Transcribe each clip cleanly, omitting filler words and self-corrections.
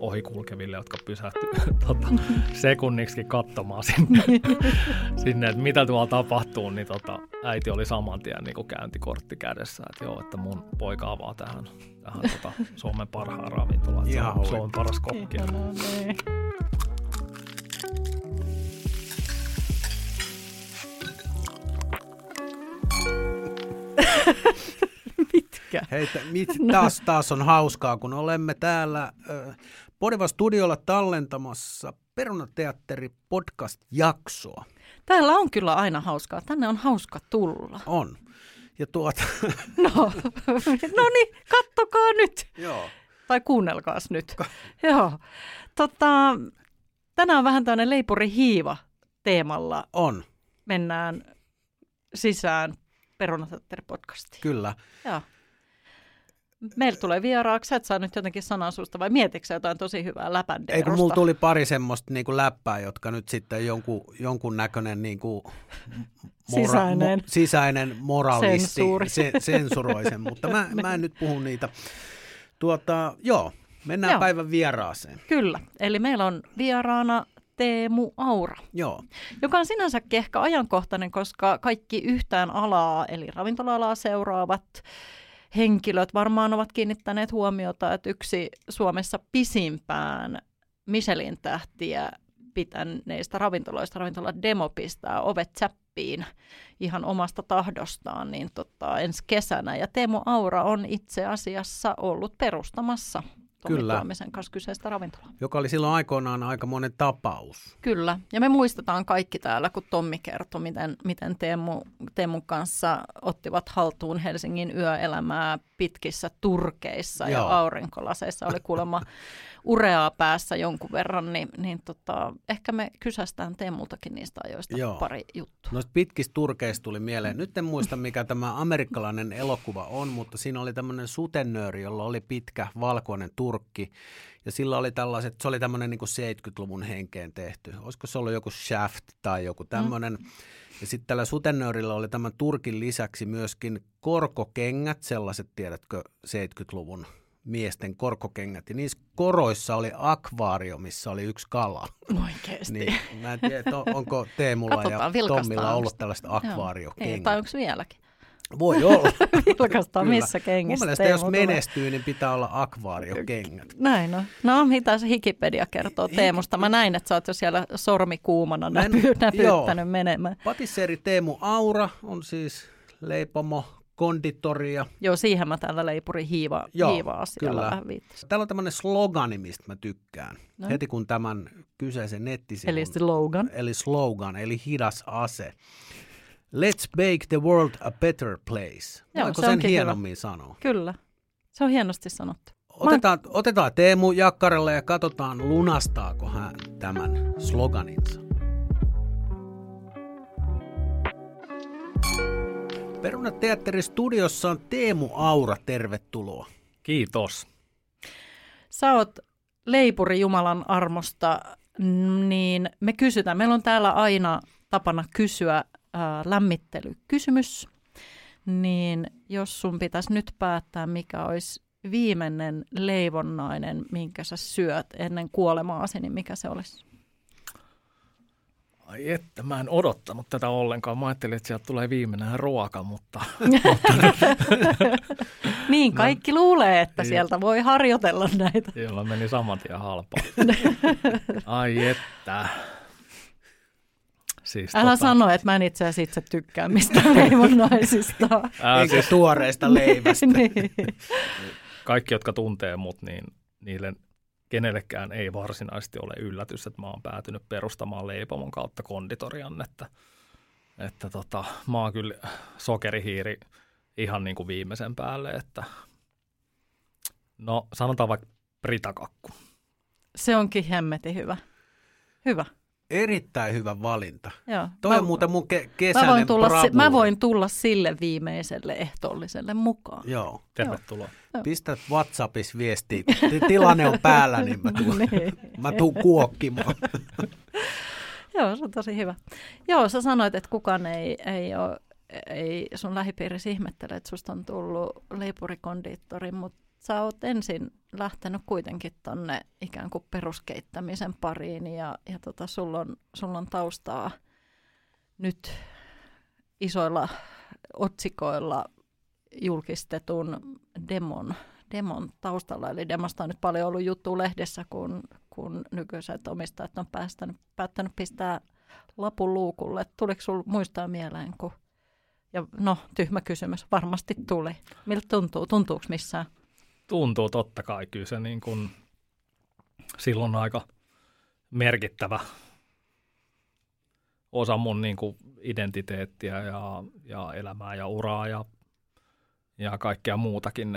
ohikulkeville, jotka pysähtyivät sekunniksi katsomaan sinne, että mitä tuolla tapahtuu, niin äiti oli saman tien niin käyntikortti kädessä, että joo, että mun poika avaa tähän Suomen parhaan ravintolaan, Suomen paras kokki. Hei, taas on hauskaa, kun olemme täällä Podiva-studiolla tallentamassa Perunateatteri podcast-jaksoa. Täällä on kyllä aina hauskaa. Tänne on hauska tulla. On. Ja No niin, kattokaa nyt. Joo. Tai kuunnelkaas nyt. Joo. Tänään on vähän tämmöinen leipuri-hiiva teemalla. On. Mennään sisään Perunateatteri-podcastiin. Kyllä. Joo. Meillä tulee vieraaksi, sä et saa nyt jotenkin sanaa suusta, vai mietitkö sä jotain tosi hyvää läpändeerosta? Eikö mulla tuli pari semmoista niinku läppää, jotka nyt sitten jonkun näköinen niinku sisäinen moralisti sensuroi sen, mutta mä en nyt puhu niitä. Mennään päivän vieraaseen. Kyllä, eli meillä on vieraana Teemu Aura, joka on sinänsäkin ehkä ajankohtainen, koska kaikki yhtään alaa, eli ravintola-alaa seuraavat henkilöt varmaan ovat kiinnittäneet huomiota, että yksi Suomessa pisimpään Michelin-tähtiä pitäneistä ravintoloista, ravintola Demo, pistää ovet säppiin ihan omasta tahdostaan niin ensi kesänä. Ja Teemu Aura on itse asiassa ollut perustamassa Tommi Tuomisen kanssa kyseistä ravintolaa. Joka oli silloin aikoinaan aikamoinen tapaus. Kyllä, ja me muistetaan kaikki täällä, kun Tommi kertoi, miten Teemun kanssa ottivat haltuun Helsingin yöelämää pitkissä turkeissa ja aurinkolaseissa. Oli kuulemma ureaa päässä jonkun verran, niin ehkä me kysästään Teemultakin niistä ajoista pari juttua. Noista pitkistä turkeista tuli mieleen. Nyt en muista, mikä tämä amerikkalainen elokuva on, mutta siinä oli tämmöinen sutenööri, jolla oli pitkä valkoinen turkki. Ja sillä oli se oli tämmöinen niin kuin 70-luvun henkeen tehty. Olisiko se ollut joku Shaft tai joku tämmöinen. Ja sitten tällä sutenöörillä oli tämän turkin lisäksi myöskin korkokengät, sellaiset tiedätkö 70-luvun miesten korkokengät. Ja niissä koroissa oli akvaario, missä oli yksi kala. Oikeasti. Niin, mä en tiedä, onko Teemulla ja Tommilla ollut tällaista akvaariokengät. Tai onko vieläkin? Voi olla. Vilkastaa missä kengissä. Mun mielestä jos menestyy, niin pitää olla akvaariokengät. Näin on. No mitä se Wikipedia kertoo Teemusta? Mä näin, että sä oot jo siellä sormi kuumana näpyttänyt menemään. Patisseeri Teemu Aura on siis leipomo, konditoria. Joo, siihen mä täällä leipuri hiiva-asialla vähän viittasin. Täällä on tämmöinen slogani, mistä mä tykkään. No. Heti kun tämän kyseisen nettisivun. Eli slogan, eli hidas ase. Let's make the world a better place. Voiko sen hienommin sanoa? Kyllä, se on hienosti sanottu. Otetaan Teemu jakkaralle ja katsotaan, lunastaako hän tämän sloganinsa. Perunateatterin studiossa on Teemu Aura, tervetuloa. Kiitos. Sä oot leipuri Jumalan armosta, niin me kysytään. Meillä on täällä aina tapana kysyä lämmittelykysymys, niin jos sun pitäisi nyt päättää, mikä olisi viimeinen leivonnainen, minkä sä syöt ennen kuolemaasi, niin mikä se olisi? Ai että, mä en odottanut tätä ollenkaan. Mä ajattelin, että sieltä tulee viimeinen ruoka, mutta niin, kaikki luulee, että sieltä voi harjoitella näitä. Siellä meni saman tien halpaa. Ai että. Siis älä sano, että mä en itse asiassa itse tykkää mistään leivonnaisista. Eikä tuoreesta leivästä. Niin. Kaikki, jotka tuntee mut, niin niille kenellekään ei varsinaisesti ole yllätys, että mä oon päätynyt perustamaan leipomon kautta konditorian, että mä oon kyllä sokerihiiri ihan niin kuin viimeisen päälle, että no sanotaan vaikka Britakakku. Se onkin hemmetin hyvä. Hyvä. Erittäin hyvä valinta. Joo. Toi on muuten mun kesäinen bravuuri. Mä voin tulla sille viimeiselle ehtoolliselle mukaan. Joo. Tervetuloa. Pistä WhatsAppissa viestiä. Tilanne on päällä, niin mä tuun kuokkimaan. Joo, se on tosi hyvä. Joo, sä sanoit, että kukaan ei sun lähipiirissä ihmettele, että susta on tullut leipurikondiittori, mutta sä oot ensin lähtenyt kuitenkin tonne ikään kuin peruskeittämisen pariin ja sulla on taustaa nyt isoilla otsikoilla julkistetun demon taustalla. Eli demosta on nyt paljon ollut juttua lehdessä, kun nykyiset omistajat on päättänyt pistää lapun luukulle. Tuliko sinulla muistaa mieleen, tyhmä kysymys, varmasti tuli. Miltä tuntuu? Tuntuuko missään? Tuntuu totta kai. Kyllä se niin kuin silloin aika merkittävä osa mun niin kuin identiteettiä ja elämää ja uraa ja kaikkea muutakin,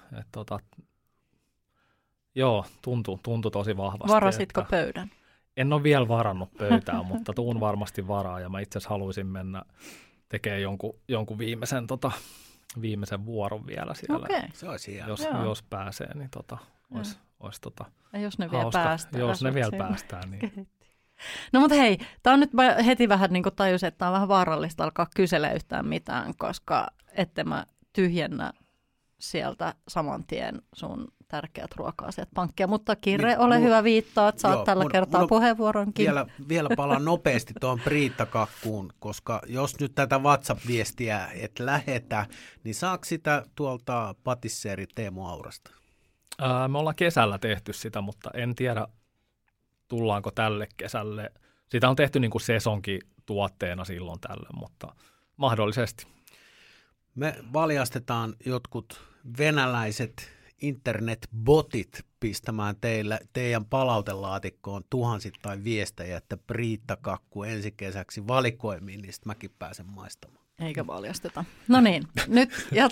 joo, tuntui tosi vahvasti. Varasitko pöydän? En ole vielä varannut pöytää, mutta tuun varmasti varaa ja mä itse asiassa haluaisin mennä tekemään jonkun viimeisen vuoron vielä siellä. Okay. Se olisi jos pääsee, niin olisi ja jos ne vielä hauska. päästään. Jos ne vielä päästään, niin. No mutta hei, tämä on nyt heti vähän niin kuin tajusin, että tämä on vähän vaarallista alkaa kysellä yhtään mitään, koska ette mä tyhjennä sieltä saman tien sun tärkeät ruoka-asiat pankkia. Mutta Kirre, ole hyvä, viittaa, että saat tällä kertaa puheenvuoronkin. Vielä palaan nopeasti tuohon Priittakakkuun, koska jos nyt tätä WhatsApp-viestiä et lähetä, niin saako sitä tuolta patisseeri Teemu Aurasta? Me ollaan kesällä tehty sitä, mutta en tiedä, tullaanko tälle kesälle. Sitä on tehty niin kuin sesonkituotteena silloin tälle, mutta mahdollisesti. Me valjastetaan jotkut venäläiset internetbotit pistämään teidän palautelaatikkoon tuhansittain viestejä, että Priittakakku ensi kesäksi valikoimiin, niin sitten mäkin pääsen maistamaan. Eikä valjasteta. No niin, nyt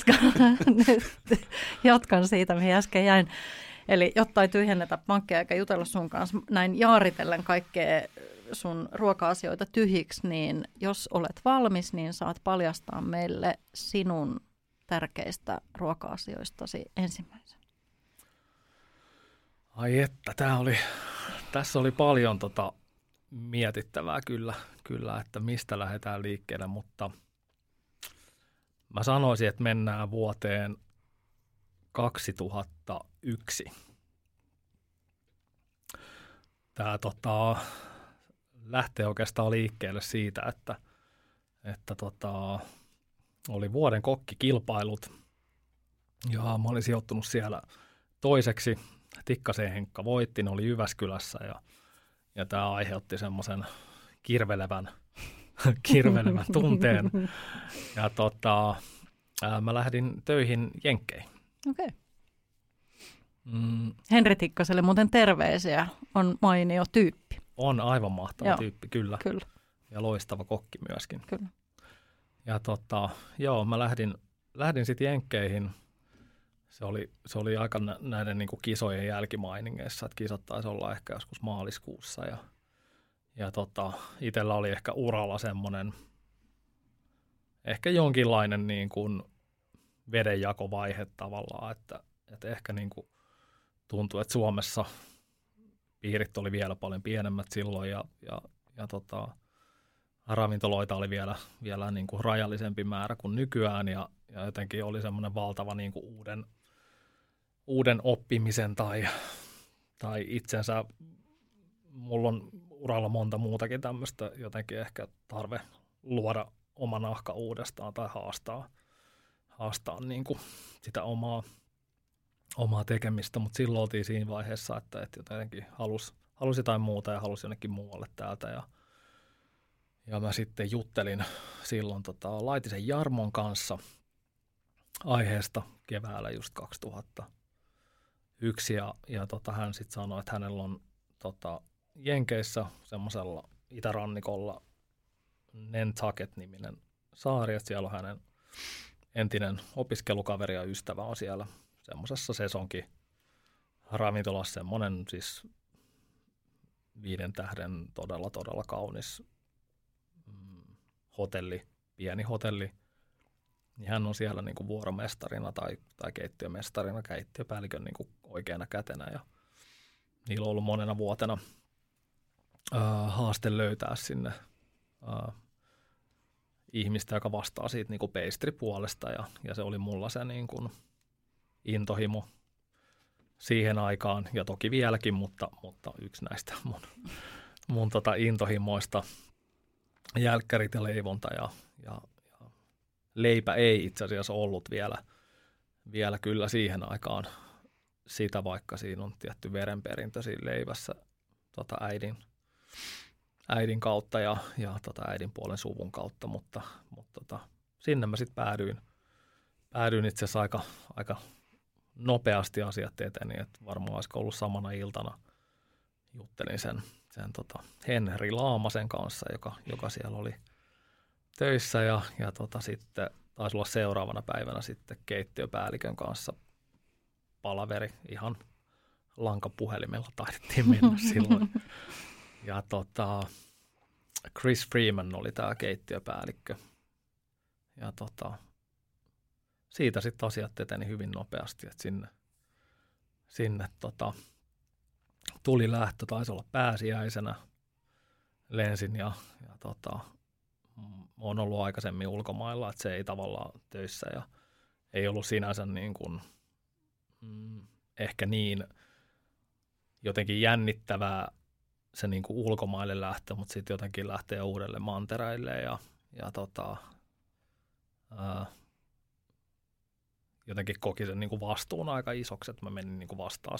jatkan siitä, mihin äsken jäin. Eli jotta ei tyhjennetä pankkia eikä jutella sun kanssa näin jaaritellen kaikkea sun ruoka-asioita tyhjiksi, niin jos olet valmis, niin saat paljastaa meille sinun tärkeistä ruoka-asioistasi ensimmäisen. Ai että, tässä oli paljon mietittävää kyllä, että mistä lähdetään liikkeelle, mutta mä sanoisin, että mennään vuoteen 2001. Tämä lähtee oikeastaan liikkeelle siitä, että oli vuoden kokkikilpailut ja mä olin sijoittunut siellä toiseksi. Tikkasen Henkka voitti, ne oli Jyväskylässä ja tämä aiheutti semmoisen kirvelevän tunteen. Ja mä lähdin töihin Jenkkeihin. Okei. Henri Tikkaselle muuten terveisiä, on mainio tyyppi. On aivan mahtava tyyppi, kyllä. Ja loistava kokki myöskin. Kyllä. Ja mä lähdin sitten Jenkkeihin. Se oli aika näiden niin kuin kisojen jälkimainingeissa, että kisat taisi olla ehkä joskus maaliskuussa. Ja itsellä oli ehkä uralla semmoinen, ehkä jonkinlainen niin kuin vedenjakovaihe tavallaan, että ehkä niin kuin tuntui, että Suomessa piirit oli vielä paljon pienemmät silloin ja ravintoloita oli vielä niin kuin rajallisempi määrä kuin nykyään ja jotenkin oli semmoinen valtava niin kuin uuden oppimisen tai itsensä, mulla on uralla monta muutakin tämmöistä jotenkin ehkä tarve luoda oma nahka uudestaan tai haastaa niin kuin sitä omaa tekemistä, mutta silloin oltiin siinä vaiheessa, että jotenkin halusi jotain muuta ja halusi jonnekin muualle täältä ja mä sitten juttelin silloin Laitisen Jarmon kanssa aiheesta keväällä just 2001 ja hän sitten sanoi, että hänellä on Jenkeissä semmoisella itärannikolla Nantucket-niminen saari, että siellä on hänen entinen opiskelukaveri ja ystävä on siellä semmoisessa sesonkin ravintolassa, semmoinen siis 5 tähden todella kaunis hotelli, pieni hotelli. Niin hän on siellä niin kuin vuoromestarina tai keittiömestarina, keittiöpäällikön niin kuin oikeana kätenä ja niillä on ollut monena vuotena haaste löytää sinne ihmistä, joka vastaa siitä niin kuin pastry-puolesta ja se oli mulla se niin kuin intohimo siihen aikaan, ja toki vieläkin, mutta yksi näistä mun intohimoista, jälkkärit ja leivonta ja leipä ei itse asiassa ollut vielä kyllä siihen aikaan sitä, vaikka siinä on tietty verenperintö siinä leivässä äidin kautta ja äidin puolen suvun kautta, mutta sinne mä sitten päädyin itse asiassa aika nopeasti asiat eteni, että varmaan olisiko ollut samana iltana juttelin sen Henri Laamasen kanssa, joka siellä oli töissä ja sitten taisi olla seuraavana päivänä sitten keittiöpäällikön kanssa palaveri, ihan lankapuhelimella taidettiin mennä silloin. Ja Chris Freeman oli tämä keittiöpäällikkö. Ja siitä sitten asiat eteni hyvin nopeasti, että sinne tuli lähtö, taisi olla pääsiäisenä, lensin ja olen ollut aikaisemmin ulkomailla, että se ei tavallaan töissä ja ei ollut sinänsä niin kuin, ehkä niin jotenkin jännittävää se niin kuin ulkomaille lähtö, mutta sitten jotenkin lähtee uudelle mantereille ja jotenkin koki sen niin kuin vastuun aika isoksi, että mä menin niin kuin vastaan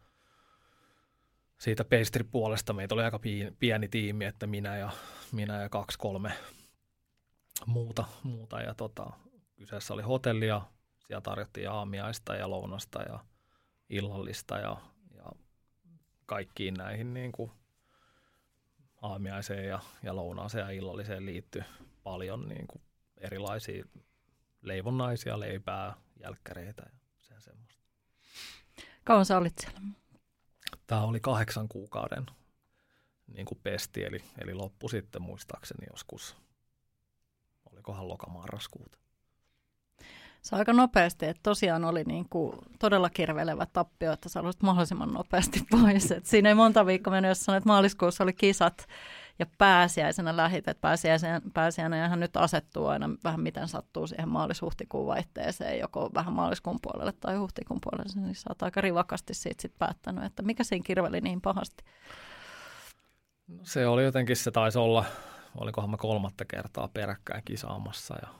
siitä pastry-puolesta. Meitä oli aika pieni tiimi, että minä ja 2-3 muuta ja kyseessä oli hotelli ja siellä tarjottiin aamiaista ja lounasta ja illallista ja kaikkiin näihin niin kuin aamiaiseen ja lounaaseen ja illalliseen liittyi paljon niin kuin erilaisia leivonnaisia, leipää, jälkkäreitä ja sen semmoista. Kauan sä olit siellä? Tämä oli 8 kuukauden niin kuin pesti, eli loppu sitten muistaakseni joskus, olikohan lokamarraskuuta. Se aika nopeasti, että tosiaan oli niin kuin todella kirvelevä tappio, että sä haluaisit mahdollisimman nopeasti pois. Et siinä ei monta viikkoa mennyt, jos sanoit, että maaliskuussa oli kisat ja pääsiäisenä lähit, että pääsiäinenhän nyt asettuu aina vähän miten sattuu siihen maalis-huhtikuun vaihteeseen, joko vähän maaliskuun puolelle tai huhtikuun puolelle, niin sä oot aika rivakasti siitä sit päättänyt, että mikä siinä kirveli niin pahasti? No, se oli jotenkin, se taisi olla, olikohan mä 3. kertaa peräkkäin kisaamassa ja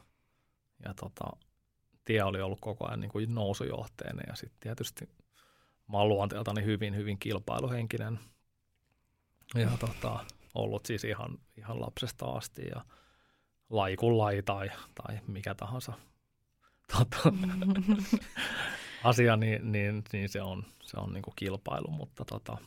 tie oli ollut koko ajan niin kuin nousujohteinen ja sitten tietysti mä oon luonteeltani hyvin, hyvin kilpailuhenkinen ja ollut siis ihan lapsesta asti ja laji kuin laji tai mikä tahansa asia, niin se on niin kuin kilpailu, mutta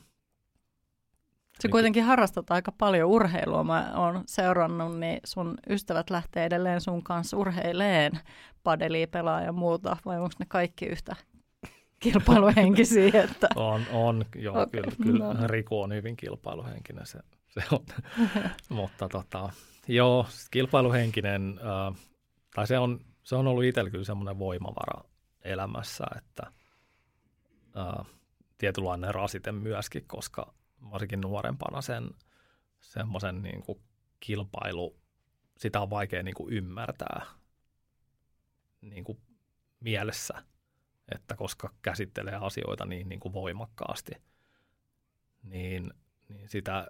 Se kuitenkin harrastat aika paljon urheilua. Mä oon seurannut, niin sun ystävät lähtee edelleen sun kanssa urheileen, padelia pelaa ja muuta, vai onko ne kaikki yhtä kilpailuhenkisiä? Että... On joo, okay, kyllä no. Riku on hyvin kilpailuhenkinen, se on. Mutta joo, kilpailuhenkinen, tai se on ollut itsellä kyllä semmoinen voimavara elämässä, että tietynlainen rasite myöskin, koska varsinkin nuorempana semmoisen niin kuin kilpailu, sitä on vaikea niin kuin ymmärtää niin kuin mielessä, että koska käsittelee asioita niin kuin voimakkaasti, niin sitä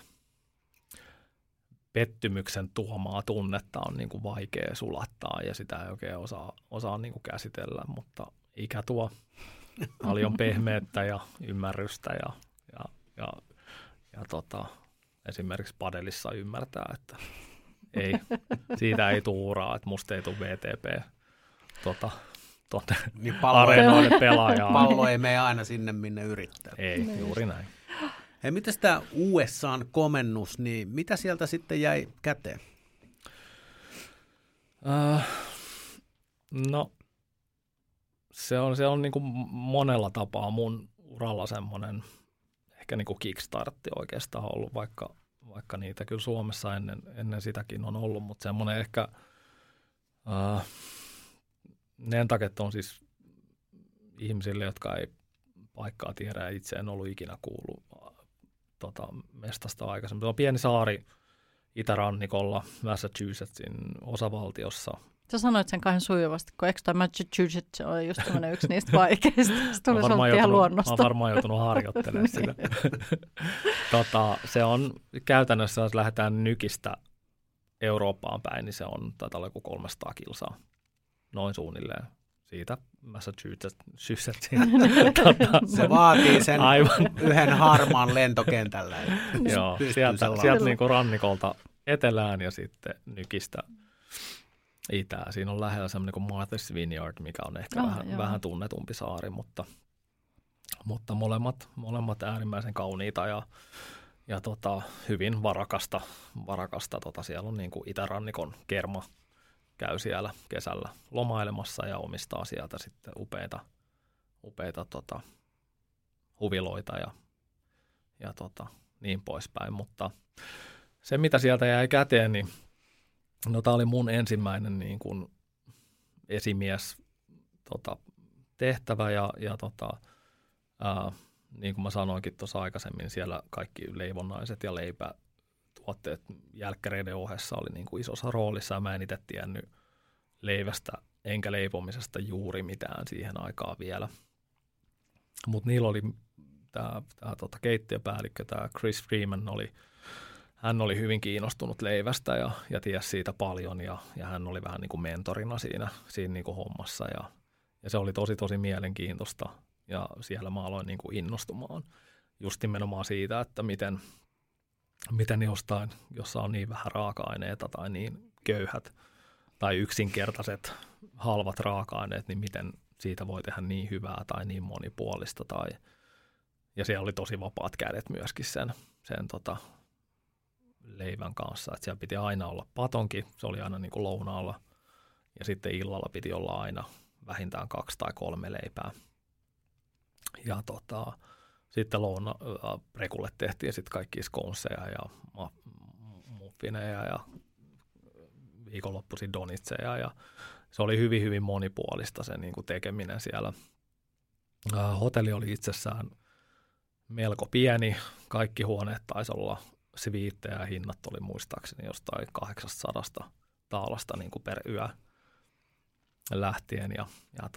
pettymyksen tuomaa tunnetta on niin kuin vaikea sulattaa ja sitä ei oikein osaa niin kuin käsitellä, mutta ikä tuo paljon pehmeyttä ja ymmärrystä ja esimerkiksi padelissa ymmärtää, että siitä ei tule uraa, että musta ei tule VTP niin areenoille pelaajaa. Pallo ei mene aina sinne, minne yrittää. Ei, juuri näin. Hei, mitäs tämä USA:n komennus, niin mitä sieltä sitten jäi käteen? No, se on niin kuin monella tapaa mun uralla semmoinen ehkä niin kuin kickstartti oikeastaan ollut, vaikka niitä kyllä Suomessa ennen sitäkin on ollut, mutta semmoinen ehkä Nantucket on siis ihmisille, jotka ei paikkaa tiedä ja itse en ollut ikinä kuullut mestasta aikaisemmin. Se on pieni saari itärannikolla Massachusettsin osavaltiossa Sä sanoit sen kahden sujuvasti, kun eikö toi Massachusetts ole just semmoinen yksi niistä vaikeista. Se tuli sulta ihan luonnosta. Mä oon varmaan joutunut harjoittelemaan sitä. Se on käytännössä, jos lähdetään nykistä Eurooppaan päin, niin se on taitaa olla joku 300 kilsaa. Noin suunnilleen. Siitä Massachusettsin. Se vaatii sen yhden harmaan lentokentällä. Joo, sieltä niinku rannikolta etelään ja sitten nykistä itään. Siinä on lähellä semmoinen kuin Martha's Vineyard, mikä on ehkä vähän tunnetumpi saari, mutta molemmat äärimmäisen kauniita ja hyvin varakasta. Siellä on niin kuin itärannikon kerma käy siellä kesällä lomailemassa ja omistaa sieltä sitten upeita huviloita ja niin poispäin. Mutta se, mitä sieltä jäi käteen, niin tämä oli mun ensimmäinen niin kuin esimies tehtävä ja niin kuin mä sanoinkin tuossa aikaisemmin, siellä kaikki leivonnaiset ja leipätuotteet jälkkäreiden ohessa oli niin kuin isossa roolissa ja mä en itse tiennyt leivästä enkä leipomisesta juuri mitään siihen aikaan vielä. Mutta niillä oli tämä keittiöpäällikkö, tämä Chris Freeman hän oli hyvin kiinnostunut leivästä ja tiesi siitä paljon ja hän oli vähän niin kuin mentorina siinä niin kuin hommassa ja se oli tosi mielenkiintoista ja siellä mä aloin niin kuin innostumaan just nimenomaan siitä, että miten jossa on niin vähän raaka-aineita tai niin köyhät tai yksinkertaiset halvat raaka-aineet, niin miten siitä voi tehdä niin hyvää tai niin monipuolista ja siellä oli tosi vapaat kädet myöskin sen leivän kanssa, että siellä piti aina olla patonki, se oli aina niin kuin lounaalla ja sitten illalla piti olla aina vähintään 2 tai 3 leipää. Ja sitten prekulle tehtiin sitten kaikki skonseja ja muffineja ja viikonloppuisin donitseja ja se oli hyvin monipuolista se niin kuin tekeminen siellä. Hotelli oli itsessään melko pieni, kaikki huoneet taisi olla sviittejä ja hinnat oli muistaakseni jostain 800 taalasta niin kuin per yö lähtien ja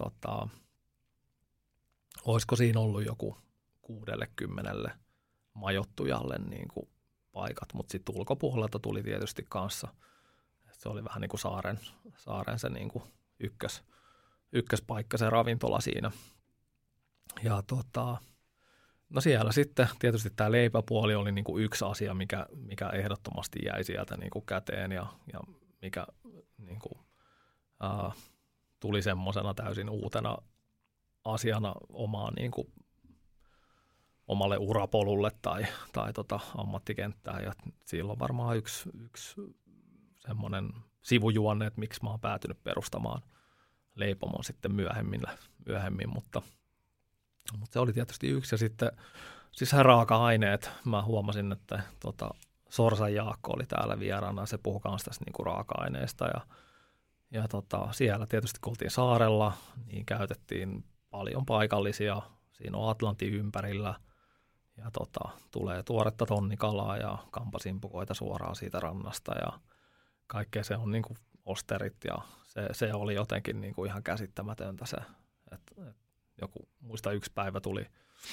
olisiko siinä ollut joku 60 majoittujalle niin kuin paikat, mutta sitten ulkopuolelta tuli tietysti kanssa. Se oli vähän niin kuin saaren se niin kuin ykköspaikka, se ravintola siinä. Ja no siellä sitten tietysti tämä leipäpuoli oli niin kuin yksi asia, mikä ehdottomasti jäi sieltä niin kuin käteen ja mikä niin kuin, tuli semmoisena täysin uutena asiana niin kuin omalle urapolulle tai ammattikenttään. Ja siinä on varmaan yksi semmoinen sivujuonne, että miksi mä oon päätynyt perustamaan leipomon sitten myöhemmin, mutta se oli tietysti yksi. Ja sitten siis raaka-aineet, mä huomasin, että Sorsan Jaakko oli täällä vieraana, se puhui myös tästä niinku raaka-aineista ja siellä tietysti kun oltiin saarella, niin käytettiin paljon paikallisia, siinä on Atlantin ympärillä ja tulee tuoretta tonnikalaa ja kampasimpukoita suoraan siitä rannasta ja kaikkea se on niinku osterit ja se oli jotenkin niinku ihan käsittämätöntä se, että joku, muista yksi päivä tuli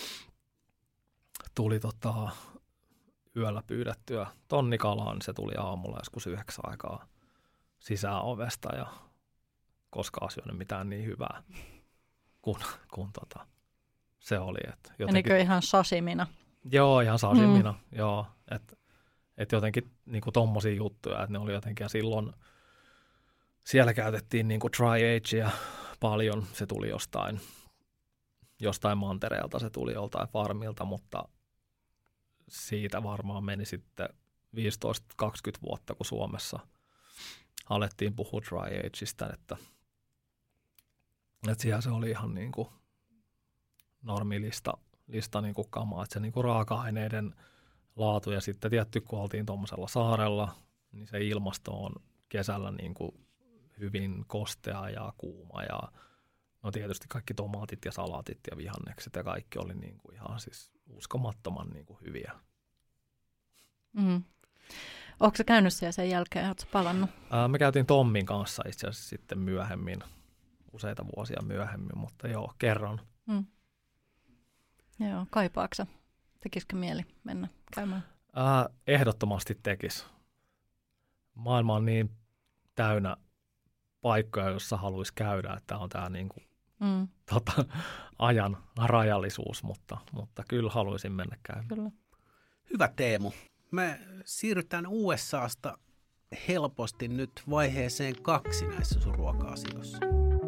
yöllä pyydettyä tonnikalaa, niin se tuli aamulla joskus 9 aikaa sisäovesta ja koskaan syönyt mitään niin hyvää kun se oli. Enikö ihan sasimina? Joo, ihan sasimina, joo. Että jotenkin niinku tommosia juttuja, että ne oli jotenkin, ja silloin siellä käytettiin niinku dry agea paljon, se tuli jostain mantereelta, se tuli joltain farmilta, mutta siitä varmaan meni sitten 15-20 vuotta, kun Suomessa alettiin puhua dry ageista, että siellä se oli ihan niin kuin normilista niin kuin kamaa, että se niin kuin raaka-aineiden laatu ja sitten tietty, kun oltiin tuommoisella saarella, niin se ilmasto on kesällä niin kuin hyvin kostea ja kuuma ja no tietysti kaikki tomaatit ja salaatit ja vihannekset ja kaikki oli niin kuin ihan siis uskomattoman niin kuin hyviä. Mm. Oletko sä käynyt siellä sen jälkeen? Oletko palannut? Me käytiin Tommin kanssa itse asiassa sitten myöhemmin, useita vuosia myöhemmin, mutta joo, kerran. Joo, kaipaatko sä? Tekisikö mieli mennä käymään? Ehdottomasti tekisi. Maailma on niin täynnä paikkoja, jossa haluaisi käydä, että on tämä niinku, ajan rajallisuus, mutta kyllä haluaisin mennä käymään. Kyllä. Hyvä Teemu. Me siirrytään USAsta helposti nyt vaiheeseen 2 näissä sun ruoka-asioissa.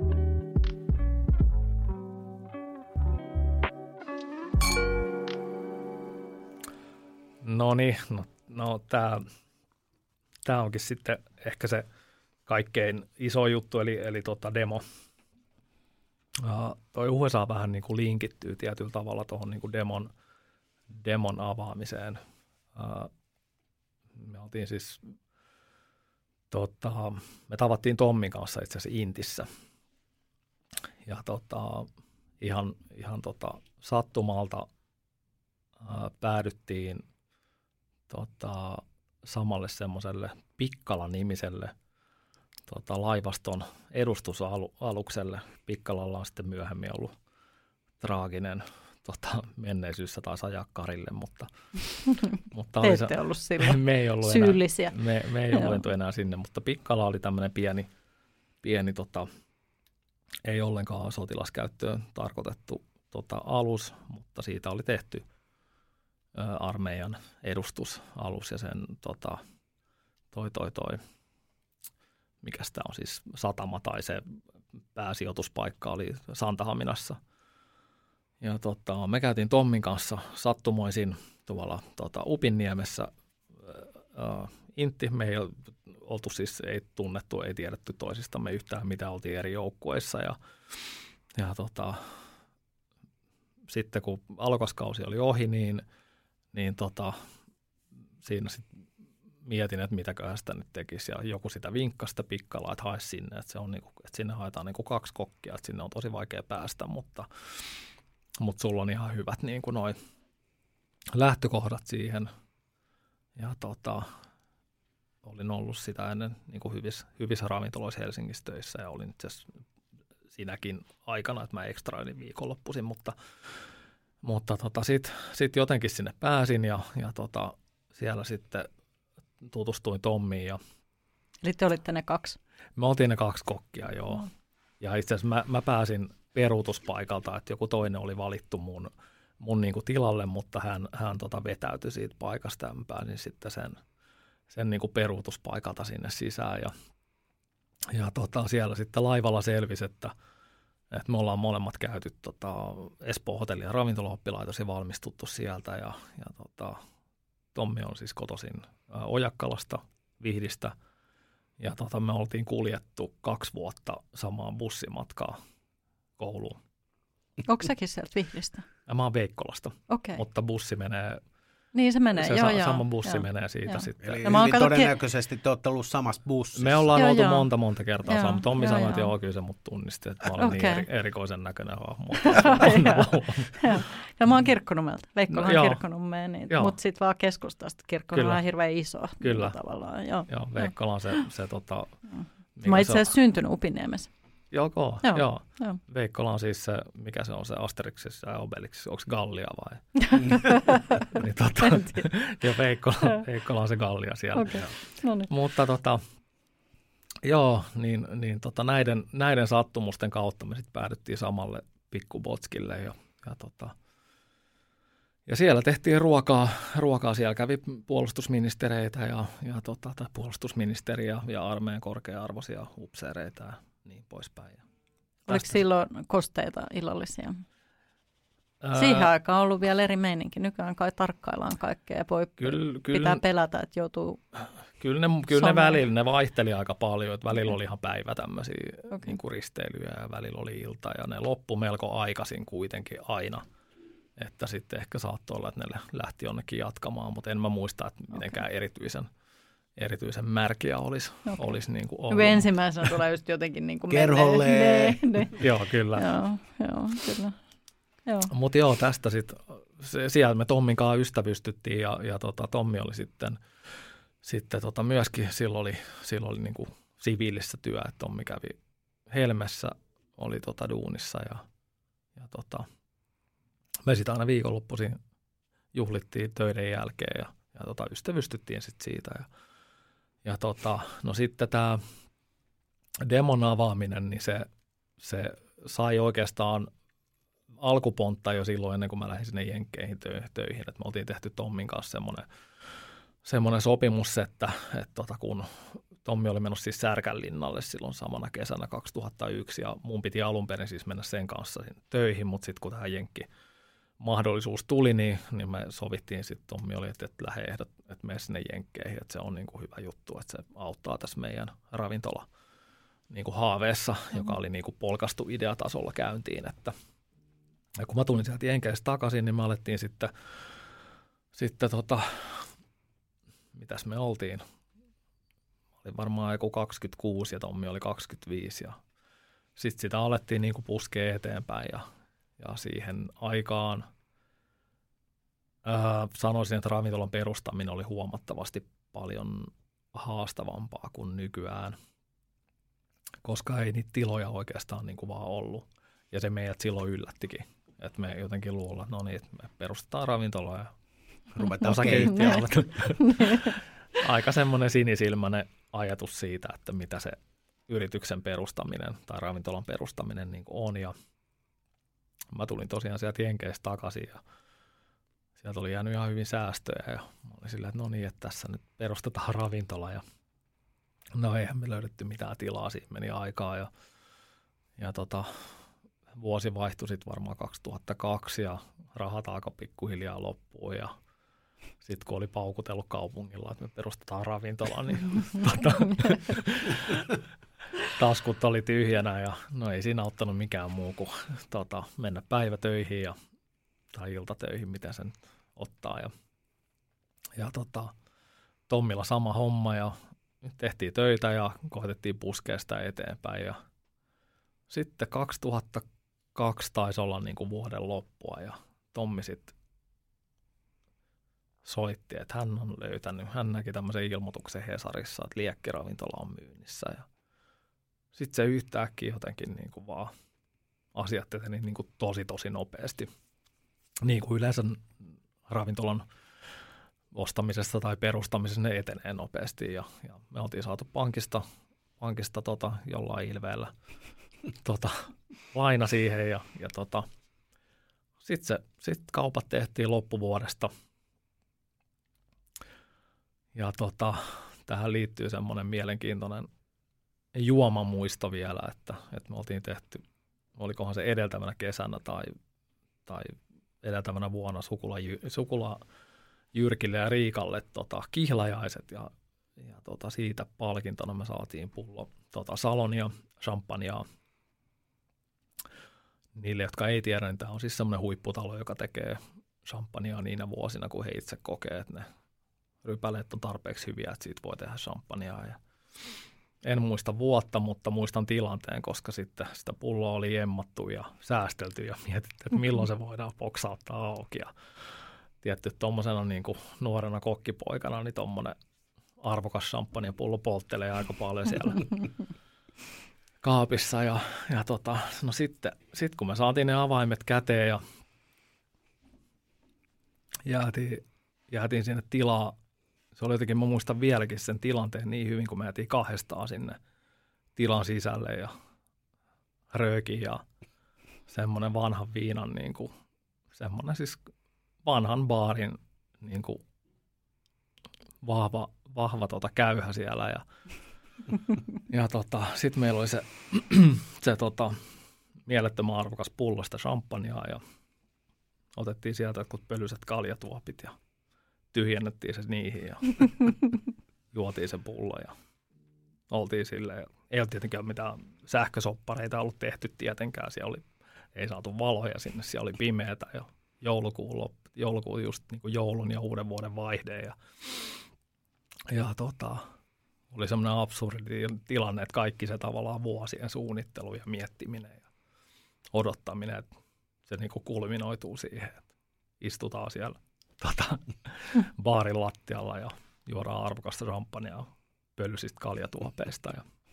No tämä onkin sitten ehkä se kaikkein iso juttu, eli demo. Toi USA vähän niin kuin linkittyy tietyllä tavalla tuohon niin kuin demon avaamiseen. Me oltiin siis, me tavattiin Tommin kanssa itse asiassa Intissä. Ja ihan sattumalta päädyttiin samalle semmoiselle Pikkala-nimiselle laivaston edustusalukselle. Pikkalalla on sitten myöhemmin ollut traaginen menneisyys, se taisi ajaa karille, mutta te ette ollut silloin me ei ollut syyllisiä. Me ei oltu enää sinne, mutta Pikkala oli tämmöinen pieni ei ollenkaan sotilaskäyttöön tarkoitettu alus, mutta siitä oli tehty armeijan edustusalus ja sen mikäs tämä on siis satama tai se pääsijoituspaikka oli Santahaminassa. Ja me käytiin Tommin kanssa sattumoisin tuolla Upinniemessä. Intti, me ei oltu siis, ei tunnettu, ei tiedetty toisistamme yhtään mitä, oltiin eri joukkueissa ja sitten kun alkaskausi oli ohi, niin siinä sitten mietin, että mitäköhän sitä nyt tekisi, ja joku sitä vinkkasi sitä Pikkalaa, että hae sinne, että, se on niinku, että sinne haetaan niinku 2 kokkia, että sinne on tosi vaikea päästä, mutta sulla on ihan hyvät niinku noi lähtökohdat siihen, ja olin ollut sitä ennen niinku hyvissä ravintoloissa Helsingissä töissä, ja olin itse asiassa siinäkin aikana, että mä ekstrailin viikonloppuisin, mutta sit jotenkin sinne pääsin, ja siellä sitten tutustuin Tommiin. Eli te olitte ne 2? Me oltiin ne 2 kokkia, joo. No. Ja itse asiassa mä pääsin peruutuspaikalta, että joku toinen oli valittu mun niinku tilalle, mutta hän vetäytyi siitä paikasta ja mä pääsin sitten sen niinku peruutuspaikalta sinne sisään. Ja siellä sitten laivalla selvisi, että me ollaan molemmat käyty Espoon hotelli- ja ravintolaoppilaitos ja valmistuttu sieltä. Ja Tommi on siis kotoisin Ojakkalasta, Vihdistä. Ja me oltiin kuljettu 2 vuotta samaan bussimatkaa kouluun. Onko säkin sieltä Vihdistä? Mä oon Veikkolasta, okay. Mutta bussi menee. Niin se menee, sama bussi menee siitä joo. sitten. Eli todennäköisesti te olette ollut samassa bussissa. Me ollaan oltu monta kertaa sama, mutta Tommi sanoi, että kyllä se mut tunnisti, että mä olen niin erikoisen näköinen hahmo. Ja mä oon Kirkkonummelta, Veikkolan Kirkkonummeen, mutta sitten vaan keskustasta. Kirkkonummi on hirveän iso. Kyllä. Tavallaan. Joo, Veikkola on se mä oon itse asiassa syntynyt Upinniemessä. Joo. Veikkola on siis se, mikä se on se Asterixissa ja Obelixissa, onko se Gallia vai? Ja Veikkola on se Gallia siellä. Okay. Mutta näiden sattumusten kautta me sitten päädyttiin samalle pikkubotskille ja siellä tehtiin ruokaa, siellä kävi puolustusministereitä tai puolustusministeriä ja armeijan korkea-arvoisia upseereita ja niin poispäin. Oliko silloin kosteita illallisia? Siihen aikaan on ollut vielä eri meininki. Nykyään kai tarkkaillaan kaikkea ja pitää pelätä, että joutuu Kyllä ne välillä, ne vaihteli aika paljon. Että välillä oli ihan päivä tämmöisiä niin kuin risteilyjä ja välillä oli ilta ja ne loppu melko aikaisin kuitenkin aina. Että sitten ehkä saattoi olla, että ne lähti jonnekin jatkamaan, mutta en mä muista, että mitenkään erityisen märkiä olisi niin kuin ollut. Ensimmäisenä tulee just jotenkin niin kuin kerholleen. Joo, kyllä. Joo, kyllä. Mutta tästä sitten, siellä me Tommin kanssa ystävystyttiin ja Tommi oli sitten sitten myöskin silloin oli niin kuin siviilissä työ, että Tommi kävi Helmessä, oli duunissa ja me sitten aina viikonloppuisin juhlittiin töiden jälkeen ja ystävystyttiin sitten siitä. No sitten tämä demon avaaminen, niin se sai oikeastaan alkupontta jo silloin ennen kuin mä lähdin sinne Jenkkeihin töihin. Et me oltiin tehty Tommin kanssa semmoinen sopimus, että kun Tommi oli mennyt siis Särkänlinnalle silloin samana kesänä 2001 ja mun piti alun perin siis mennä sen kanssa töihin, mutta sitten kun tähän Jenkki-mahdollisuus tuli, niin me sovittiin sitten, Tommi oli, että lähde ehdot, että mene sinne Jenkkeihin, että se on niin kuin hyvä juttu, että se auttaa tässä meidän ravintola niin kuin haaveessa, joka oli niin kuin polkastu ideatasolla käyntiin, että ja kun mä tulin sieltä Jenkeistä takaisin, niin me alettiin sitten mitäs me oltiin? Oli varmaan joku 26 ja Tommi oli 25 ja sitten sitä alettiin niin kuin puskea eteenpäin ja siihen aikaan sanoisin, että ravintolan perustaminen oli huomattavasti paljon haastavampaa kuin nykyään, koska ei niitä tiloja oikeastaan niin kuin vaan ollut ja se meidät silloin yllättikin. Että me jotenkin luulla, että no niin, että me perustetaan ravintola ja ruvetaan osakeyhtiö. Aika semmoinen sinisilmäinen ajatus siitä, että mitä se yrityksen perustaminen tai ravintolan perustaminen niin kuin on. Ja mä tulin tosiaan sieltä Jenkeistä takaisin ja sieltä oli jäänyt ihan hyvin säästöjä. Ja mä olin silleen, että no niin, että tässä nyt perustetaan ravintola. Ja no eihän me löydetty mitään tilaa, siitä meni aikaa ja vuosi vaihtui sitten varmaan 2002 ja rahat alkoi pikkuhiljaa loppuun ja sitten kun oli paukutellut kaupungilla, että me perustetaan ravintola, niin taskut oli tyhjänä ja no ei siinä auttanut mikään muu kuin mennä päivätöihin tai iltatöihin, miten sen ottaa. Ja Tommilla sama homma ja tehtiin töitä ja koetettiin puskea sitä eteenpäin ja sitten 2002 taisi olla niin kuin vuoden loppua ja Tommi sitten soitti, että hän näki tämmöisen ilmoituksen Hesarissa, että Liekkiravintola on myynnissä ja sitten se yhtäkkiä jotenkin niin kuin vaan asiat eteni niin kuin tosi nopeasti. Niin kuin yleensä ravintolan ostamisesta tai perustamisesta ne etenee nopeasti ja me oltiin saatu pankista jollain ilveellä laina siihen ja sitten kaupat tehtiin loppuvuodesta ja tähän liittyy semmoinen mielenkiintoinen juomamuisto vielä, että me oltiin tehty, olikohan se edeltävänä kesänä tai edeltävänä vuonna sukula Jyrkille ja Riikalle kihlajaiset ja siitä palkintona me saatiin pullo Salonia, champagnea. Niille, jotka ei tiedä, niin tämä on siis semmoinen huipputalo, joka tekee champagnea niinä vuosina, kun he itse kokee, että ne rypäleet on tarpeeksi hyviä, että siitä voi tehdä champagnea. Ja en muista vuotta, mutta muistan tilanteen, koska sitten sitä pulloa oli jemmattu ja säästelty ja mietitty, että milloin se voidaan poksauttaa auki. Ja tietty tuommoisena niin kuin nuorena kokkipoikana, niin tuommoinen arvokas champagnepullo polttelee aika paljon siellä kaapissa ja no sitten kun me saatiin ne avaimet käteen ja jäätiin sinne tilaa, se oli jotenkin, mä muistan vieläkin sen tilanteen niin hyvin, kun me jäätiin kahdestaan sinne tilan sisälle ja rööki ja semmoinen vanhan viinan, niin kuin, semmoinen siis vanhan baarin niin kuin vahva käyhä siellä ja sitten meillä oli se mielettömän arvokas pullosta champagnea ja otettiin sieltä jotkut pölyiset kaljatuopit ja tyhjennettiin se niihin ja juotiin se pullo ja oltiin silleen. Ei ole tietenkään mitään sähkösoppareita ollut tehty tietenkään, siellä ei saatu valoja sinne, siellä oli pimeätä ja joulukuun just niin kuin joulun ja uuden vuoden vaihde ja oli semmoinen absurdi tilanne, että kaikki se tavallaan vuosien suunnittelu ja miettiminen ja odottaminen, että se niin kuin kulminoituu siihen, että istutaan siellä baarin lattialla ja juodaan arvokasta champagnea pöllysistä kaljatuopeista.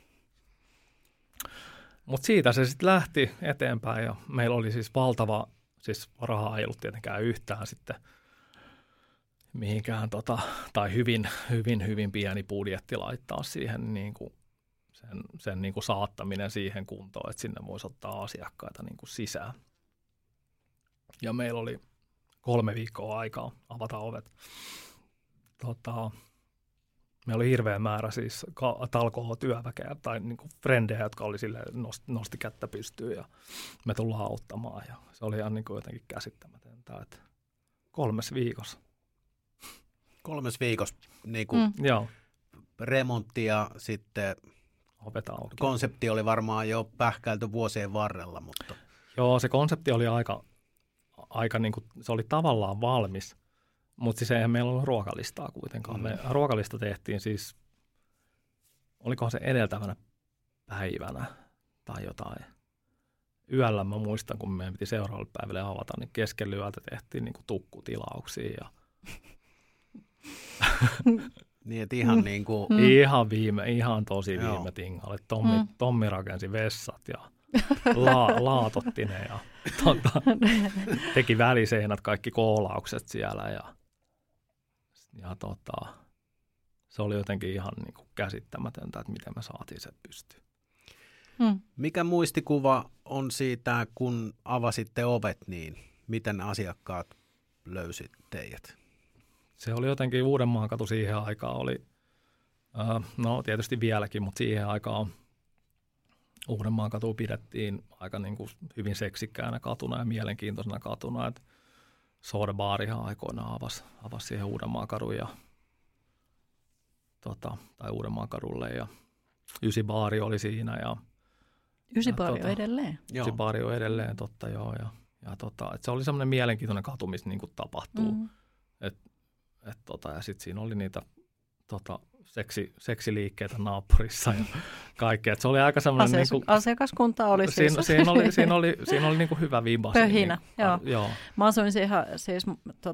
Mutta siitä se sitten lähti eteenpäin ja meillä oli siis valtava, siis rahaa ei ollut tietenkään yhtään sitten mihinkään, tai hyvin pieni budjetti laittaa siihen niin kuin sen niin kuin saattaminen siihen kuntoon, että sinne voisi ottaa asiakkaita niin kuin sisään. Ja meillä oli 3 viikkoa aikaa avata ovet. Meillä oli hirveä määrä siis talkoo-työväkeä tai niin kuin frendejä, jotka oli nosti kättä pystyyn ja me tullaan auttamaan. Ja se oli ihan niin kuin jotenkin käsittämätöntä, että 3 viikossa. 3 viikossa niin kuin remontti ja sitten konsepti oli varmaan jo pähkäilty vuosien varrella. Mutta. Joo, se konsepti oli aika niin kuin, se oli tavallaan valmis. Mutta siis eihän meillä ollut ruokalistaa kuitenkaan. Me ruokalista tehtiin siis, olikohan se edeltävänä päivänä tai jotain. Yöllä mä muistan, kun meidän piti seuraavalle päivälle avata, niin keskellä yötä tehtiin niinku tukkutilauksia. Ja niin, että ihan niin kuin. Ihan tosi viime tingalle. Tommi rakensi vessat ja laatotti ne ja teki väliseinät, kaikki koolaukset siellä ja se oli jotenkin ihan niin kuin käsittämätöntä, että miten me saatiin se pystyyn. Mikä muistikuva on siitä, kun avasitte ovet, niin miten asiakkaat löysi teidät? Se oli jotenkin Uudenmaankatu siihen aikaan oli, no tietysti vieläkin, mutta siihen aikaan Uudenmaankatu pidettiin aika niin kuin hyvin seksikkäänä katuna ja mielenkiintoisena katuna, että Soda Barihan aikoinaan avasi siihen Uudenmaakadun tai Uudenmaakadulle ja Ysi Baari oli siinä. Ja, Ysi Baari on edelleen. Ysi Baari on edelleen, totta joo. Et se oli semmoinen mielenkiintoinen katu, missä niin kuin tapahtuu. Ja sitten siinä oli niitä seksiliikkeitä naapurissa ja kaikkea. Et se oli aika semmoinen asiakaskunta oli siis. Siinä oli niinku hyvä viba. Pöhinä, niin, joo. Mä asuin siihen siis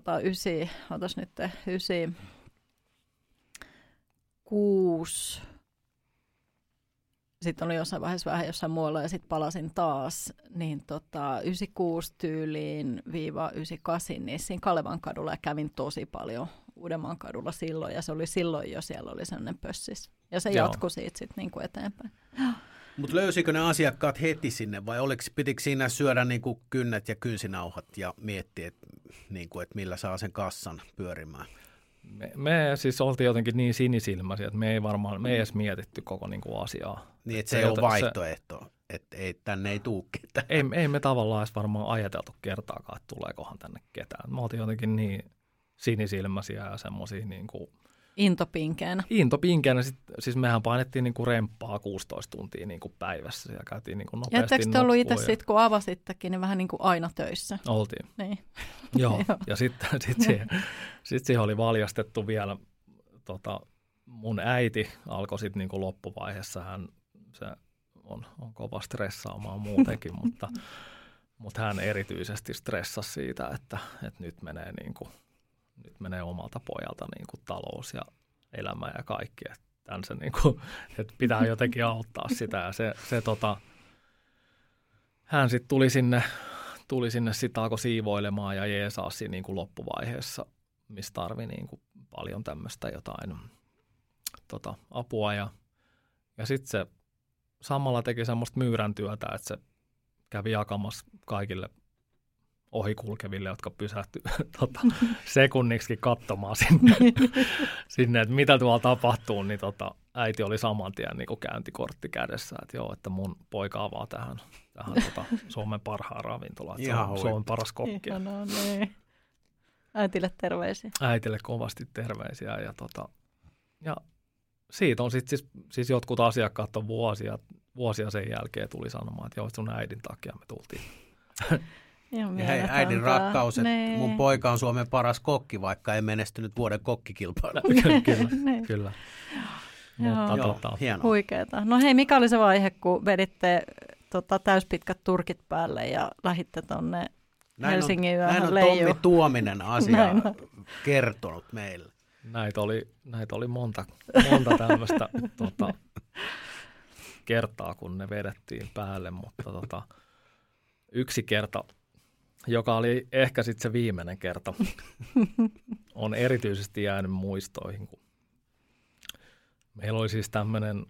96. Sitten oli jossain vaiheessa vähän jossain muualla ja sitten palasin taas, niin 96 tyyliin -98, niin siinä Kalevan kadulla ja kävin tosi paljon Uudenmaan kadulla silloin, ja se oli silloin jo, siellä oli sellainen pössis. Ja se jatkui siitä sitten niinku eteenpäin. Mutta löysikö ne asiakkaat heti sinne, vai pitikö siinä syödä niinku kynnet ja kynsinauhat ja miettiä, että millä saa sen kassan pyörimään? Me siis oltiin jotenkin niin sinisilmäisiä, että me ei edes mietitty koko niinku asiaa. Niin, että se ei ole vaihtoehto, että tänne ei tule ketään. Ei me tavallaan edes varmaan ajateltu kertaakaan, että tuleekohan tänne ketään. Me oltiin jotenkin niin sinisilmäisiä ja semmoisia niin kuin Intopinkeenä. Siis mehän painettiin niin kuin remppaa 16 tuntia niin kuin päivässä ja käytiin niin kuin nopeasti nukkua. Jättekö te ollut itse sitten, kun avasittekin, niin vähän niin kuin aina töissä? Oltiin. Niin. Joo, ja sitten siihen oli valjastettu vielä, mun äiti alkoi sitten niin kuin loppuvaiheessa, se on kova stressaamaan muutenkin, mutta hän erityisesti stressasi siitä, että nyt menee omalta pojalta niin kuin talous ja elämä ja kaikki, että että pitää jotenkin auttaa sitä. Ja hän sitten tuli sinne sitten alkoi siivoilemaan ja jeesasi niin kuin loppuvaiheessa, missä tarvii niin kuin paljon tämmöistä jotain apua. Ja sitten se samalla teki semmoista myyrän työtä, että se kävi jakamassa kaikille ohikulkeville, jotka pysähtyi sekunniksi katsomaan sinne, että mitä tuolla tapahtuu, niin äiti oli saman tien niin kuin käyntikortti kädessä, että joo, että mun poika avaa tähän Suomen parhaan ravintolaan, että se on Suomen paras kokki. Ihanaa, niin. Äitille terveisiä. Äitille kovasti terveisiä ja siitä on sitten siis jotkut asiakkaat on vuosia sen jälkeen tuli sanomaan, että joo, sun äidin takia me tultiin. Ja hei, äidin rakkaus, että mun poika on Suomen paras kokki, vaikka ei menestynyt vuoden kokkikilpailuun. Kyllä. Mutta hienoa. Huikeeta. No hei, mikä oli se vaihe, kun veditte täyspitkät turkit päälle ja lähditte tonne Helsingin yöhön leijuu? Näin on Tommi Tuominen asia kertonut meille. näitä oli monta tämmöistä kertaa, kun ne vedettiin päälle, mutta yksi kerta, joka oli ehkä sitten se viimeinen kerta, on erityisesti jäänyt muistoihin. Kun meillä oli siis tämmöinen,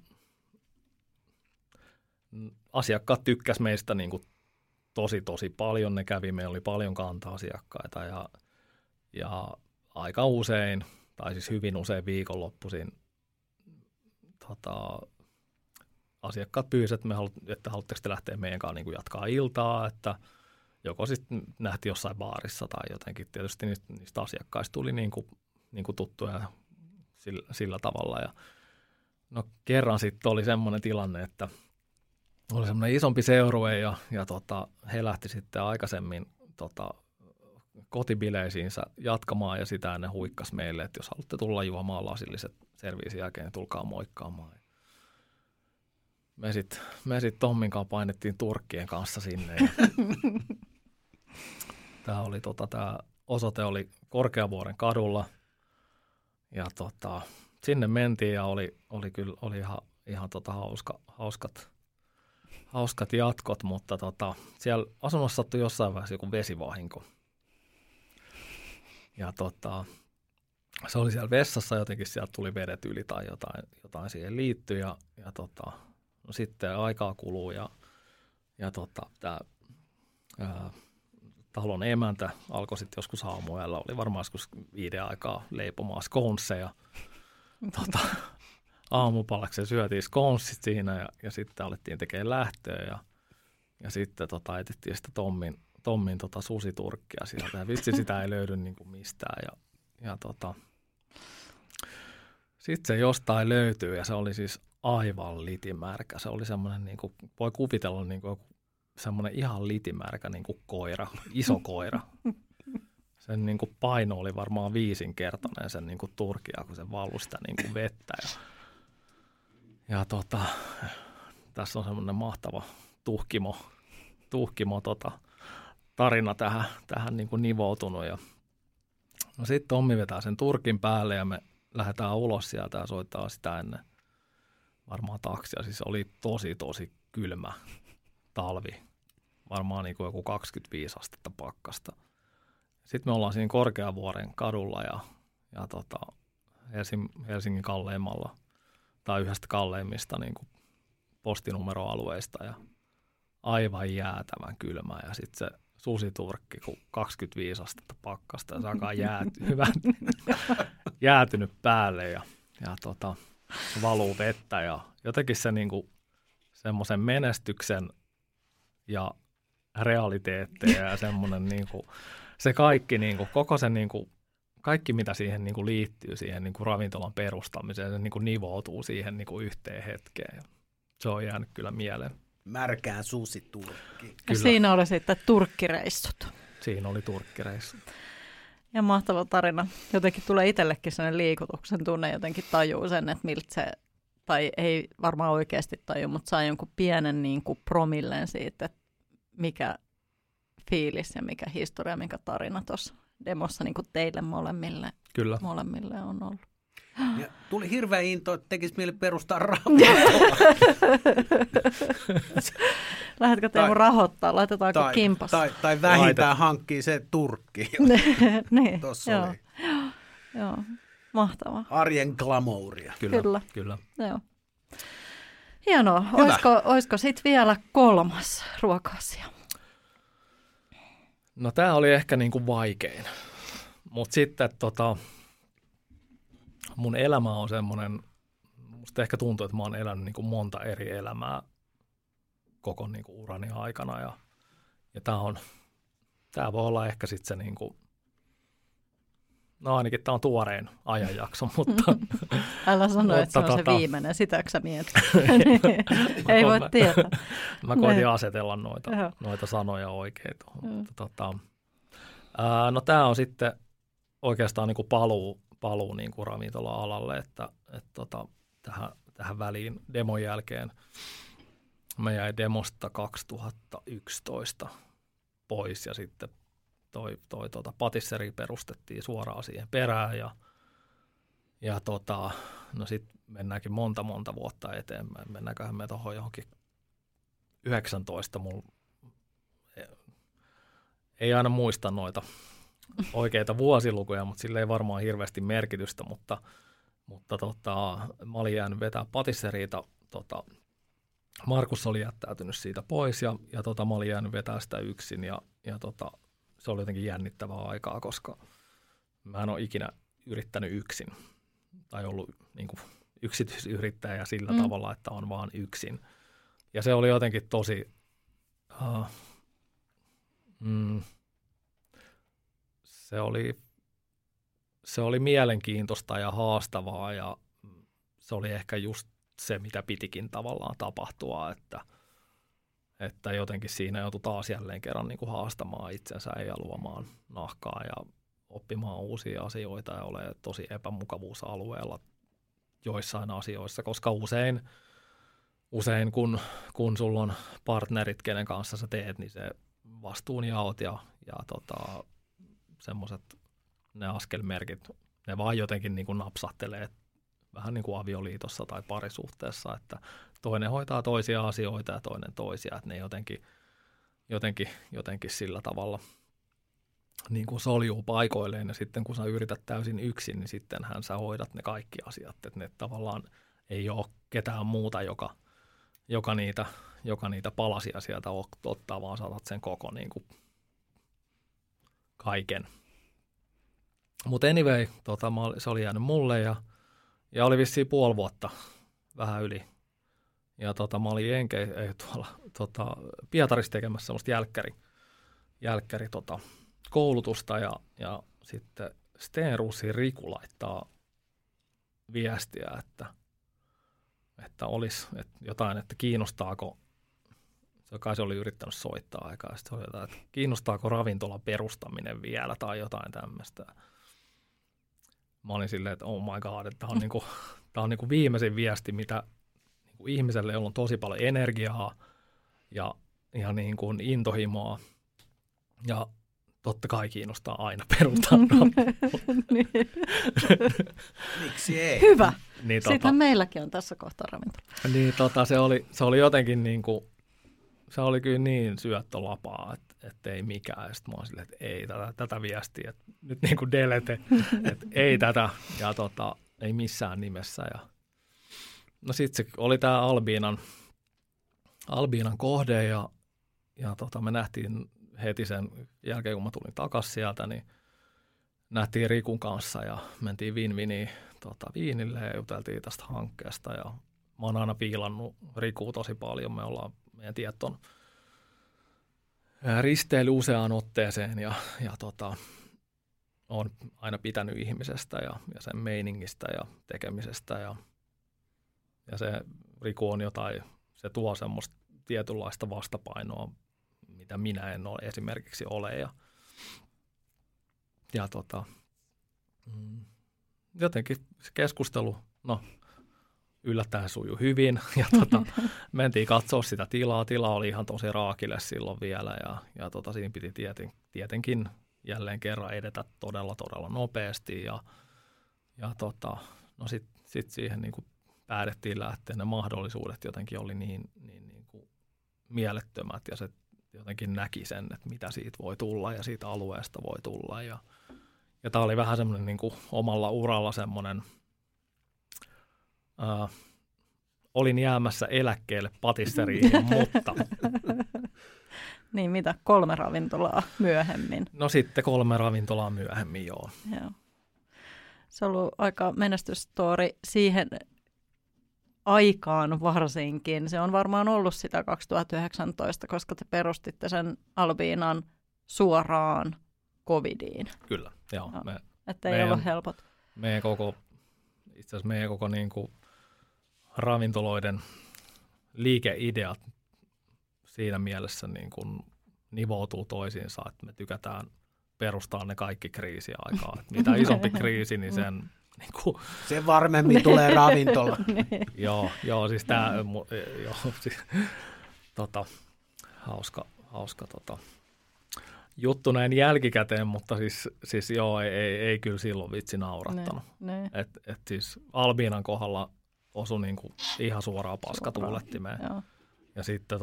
asiakkaat tykkäs meistä niin kuin tosi paljon, ne kävi, meillä oli paljon kanta-asiakkaita ja aika usein, tai siis hyvin usein viikonloppuisin asiakkaat pyysivät, että haluatteko te lähteä meidän kanssa niin kuin jatkaa iltaa, että joko sitten nähtiin jossain baarissa tai jotenkin. Tietysti niistä asiakkaista tuli niin kuin tuttuja sillä tavalla. Ja no kerran sitten oli semmoinen tilanne, että oli semmoinen isompi seurue ja he lähti sitten aikaisemmin kotibileisiinsä jatkamaan ja sitä ennen huikkas meille, että jos haluatte tulla juomaan lasilliset serviisin jälkeen, niin tulkaa moikkaamaan. Me sit Tommin kanssa painettiin turkkien kanssa sinne. Tämä osoite oli Korkeavuoren kadulla ja sinne mentiin ja oli ihan hauskat jatkot, mutta siellä asunnossa sattui jossain vaiheessa joku vesivahinko. Ja se oli siellä vessassa jotenkin, sieltä tuli vedet yli tai jotain siihen liittyi ja no sitten aikaa kuluu ja tämä talon emäntä alkoi sitten joskus aamuyöllä, oli varmaan joskus 5 aikaa leipomaan sconeseja. Aamupalaksi syötiin sconesit siinä ja sitten alettiin tekemään lähtöä ja sitten etettiin sitä Tommin susiturkkia sieltä ja vitsi sitä ei löydy niin kuin mistään ja sitten se jostain löytyy ja se oli siis aivan litimärkä. Se oli semmoinen, niin kuin, voi kuvitella niin kuin semmoinen ihan litimärkä niin kuin koira, iso koira. Sen niin kuin paino oli varmaan 5-kertainen sen niin kuin turkia, kun se valui sitä niin kuin vettä. Ja tässä on semmoinen mahtava tuhkimo tarina tähän niin kuin nivoutunut. Ja no sitten Tommi vetää sen turkin päälle ja me lähdetään ulos sieltä ja soittaa sitä ennen varmaan taksia. Siis oli tosi kylmä talvi. Varmaan niin kuin joku 25 astetta pakkasta. Sitten me ollaan siinä Korkeavuoren kadulla ja Helsingin kalleimmalla tai yhdestä kalleimmista niin kuin postinumeroalueista ja aivan jäätävän kylmä. Ja sitten se susiturkki, kun 25 astetta pakkasta ja se alkaa jäätynyt päälle ja valuu vettä ja jotenkin se niinku semmoisen menestyksen ja realiteetteja ja semmoinen niinku se kaikki niinku koko se niinku kaikki mitä siihen niinku liittyy siihen niinku ravintolan perustamiseen, se niinku nivoutuu siihen niinku yhteen hetkeen ja se on jäänyt kyllä mieleen. Märkään susiturkki. Ja siinä oli sitten turkkireissut. Siinä oli turkkireissut. Ja mahtava tarina. Jotenkin tulee itsellekin sellainen liikutuksen tunne, jotenkin tajuu sen, että miltä se, tai ei varmaan oikeasti taju, mutta saa jonkun pienen niin kuin promilleen siitä, että mikä fiilis ja mikä historia, mikä tarina tuossa demossa niin kuin teille molemmille on ollut. Ja tuli hirveä into, että tekisi mieli perustaa ravintola. Lähdetkö Teemu rahoittaa? Laitetaanko kimpassa? Tai vähintään hankkii se turkki. Niin, tuossa oli. Joo, mahtavaa. Arjen glamouria. Kyllä. Joo. Hienoa. Olisiko sitten vielä 3. ruoka-asia? No tämä oli ehkä niinku vaikein. Mutta sitten mun elämä on semmoinen, musta ehkä tuntuu, että mä oon elänyt niin kuin monta eri elämää koko niin kuin urani aikana ja tää voi olla ehkä sitten se niin kuin, no ainakin tää on tuorein ajanjakso, mutta älä sano, että se on se viimeinen, sitäkö sä mietit? Ei voi tietää. Mä koitin asetella noita sanoja oikein tuohon. No tää on sitten oikeastaan niin kuin paluu niin kuin ravintola-alalle, että tähän väliin demon jälkeen mä jäin demosta 2011 pois ja sitten toi patisseri perustettiin suoraan siihen perään ja Ja no sitten mennäänkin monta vuotta eteenpäin. Mennäänköhän me tuohon johonkin 19. Ei aina muista noita oikeita vuosilukuja, mutta sillä ei varmaan hirveästi merkitystä, mutta mä olin jäänyt vetää patisseriita. Markus oli jättäytynyt siitä pois ja mä olin jäänyt vetää sitä yksin ja se oli jotenkin jännittävää aikaa, koska mä en ole ikinä yrittänyt yksin tai ollut niin kuin yksityisyrittäjä sillä tavalla, että on vaan yksin. Ja se oli jotenkin tosi se oli mielenkiintoista ja haastavaa ja se oli ehkä just se, mitä pitikin tavallaan tapahtua, että jotenkin siinä joutui taas jälleen kerran niin kuin haastamaan itsensä ja luomaan nahkaa ja oppimaan uusia asioita ja olemaan tosi epämukavuusalueella joissain asioissa, koska usein kun sulla on partnerit, kenen kanssa sä teet, niin se vastuunjaot ja semmoiset ne askelmerkit, ne vaan jotenkin niin kuin napsahtelee vähän niin kuin avioliitossa tai parisuhteessa, että toinen hoitaa toisia asioita ja toinen toisia, että ne jotenkin sillä tavalla niin kuin soljuu paikoilleen ja sitten kun sä yrität täysin yksin, niin sittenhän sä hoidat ne kaikki asiat, että ne tavallaan ei ole ketään muuta, joka niitä palasia sieltä ottaa, vaan saatat sen koko niin kuin kaiken. Mutta anyway, se oli jäänyt mulle ja oli vissiin puoli vuotta vähän yli. Ja mä olin tuolla Pietarissa tekemässä semmoista jälkkäri koulutusta ja sitten Stenrosin Riku laittaa viestiä, että olisi jotain, että kiinnostaako, se oli yrittänyt soittaa aikaa, ja sitten oli jotain, että kiinnostaako ravintolan perustaminen vielä tai jotain tämmöistä. Mä olin silleen, että oh my god, että tämä on niinku viimeisin viesti, mitä niinku ihmiselle, jolla on tosi paljon energiaa ja niin kuin intohimoa ja totta kai kiinnostaa aina perustaa niin. Miksi ei? Hyvä. Niin, sittenhän meilläkin on tässä kohtaa ravintola. Niin se oli jotenkin niin kuin, se oli kyllä niin syöttölapaa, että ei mikään. Ja sitten mä oon silleen, että ei tätä viestiä, että nyt niin kuin delete, että ei tätä ja ei missään nimessä. Ja no sitten se oli tämä Albiinan kohde ja me nähtiin heti sen jälkeen, kun mä tulin takaisin sieltä, niin nähtiin Rikun kanssa ja mentiin Viinille ja juteltiin tästä hankkeesta. Ja mä oon aina piilannut Rikua tosi paljon. Meidän tiet on risteily useaan otteeseen ja on aina pitänyt ihmisestä ja sen meiningistä ja tekemisestä. Ja se Riku on jotain, se tuo semmoista tietynlaista vastapainoa, mitä minä en ole esimerkiksi ole. Ja jotenkin se keskustelu, yllättäen sujui hyvin. Ja mentiin katsoa sitä tilaa. Tila oli ihan tosi raakille silloin vielä. Ja siinä piti tietenkin jälleen kerran edetä todella, todella nopeasti. Ja sit siihen niin kuin päätettiin lähteä. Ne mahdollisuudet jotenkin oli niin kuin mielettömät ja se jotenkin näki sen, että mitä siitä voi tulla ja siitä alueesta voi tulla. Ja tämä oli vähän semmoinen niin kuin omalla uralla semmoinen, olin jäämässä eläkkeelle patisseriin, mutta... Niin mitä, 3 ravintolaa myöhemmin? No sitten 3 ravintolaa myöhemmin, joo. Se on ollut aika menestysstory siihen aikaan varsinkin. Se on varmaan ollut sitä 2019, koska te perustitte sen Albiinan suoraan covidiin. Kyllä, joo. Että ei ollut helpot. Itse asiassa meidän koko niin kuin ravintoloiden liikeideat siinä mielessä niin kuin nivoutuu toisiinsa, että me tykätään perustaa ne kaikki kriisiaikaa. Että mitä isompi kriisi, niin sen... Niin kuin, se varmemmin tulee ravintola. Joo, siis tämä hauska juttu näin jälkikäteen, mutta siis joo, ei kyllä silloin vitsi naurattanut. Et siis Albiinan kohdalla osui niinku ihan suoraan paskatuulettimeen. Ja sitten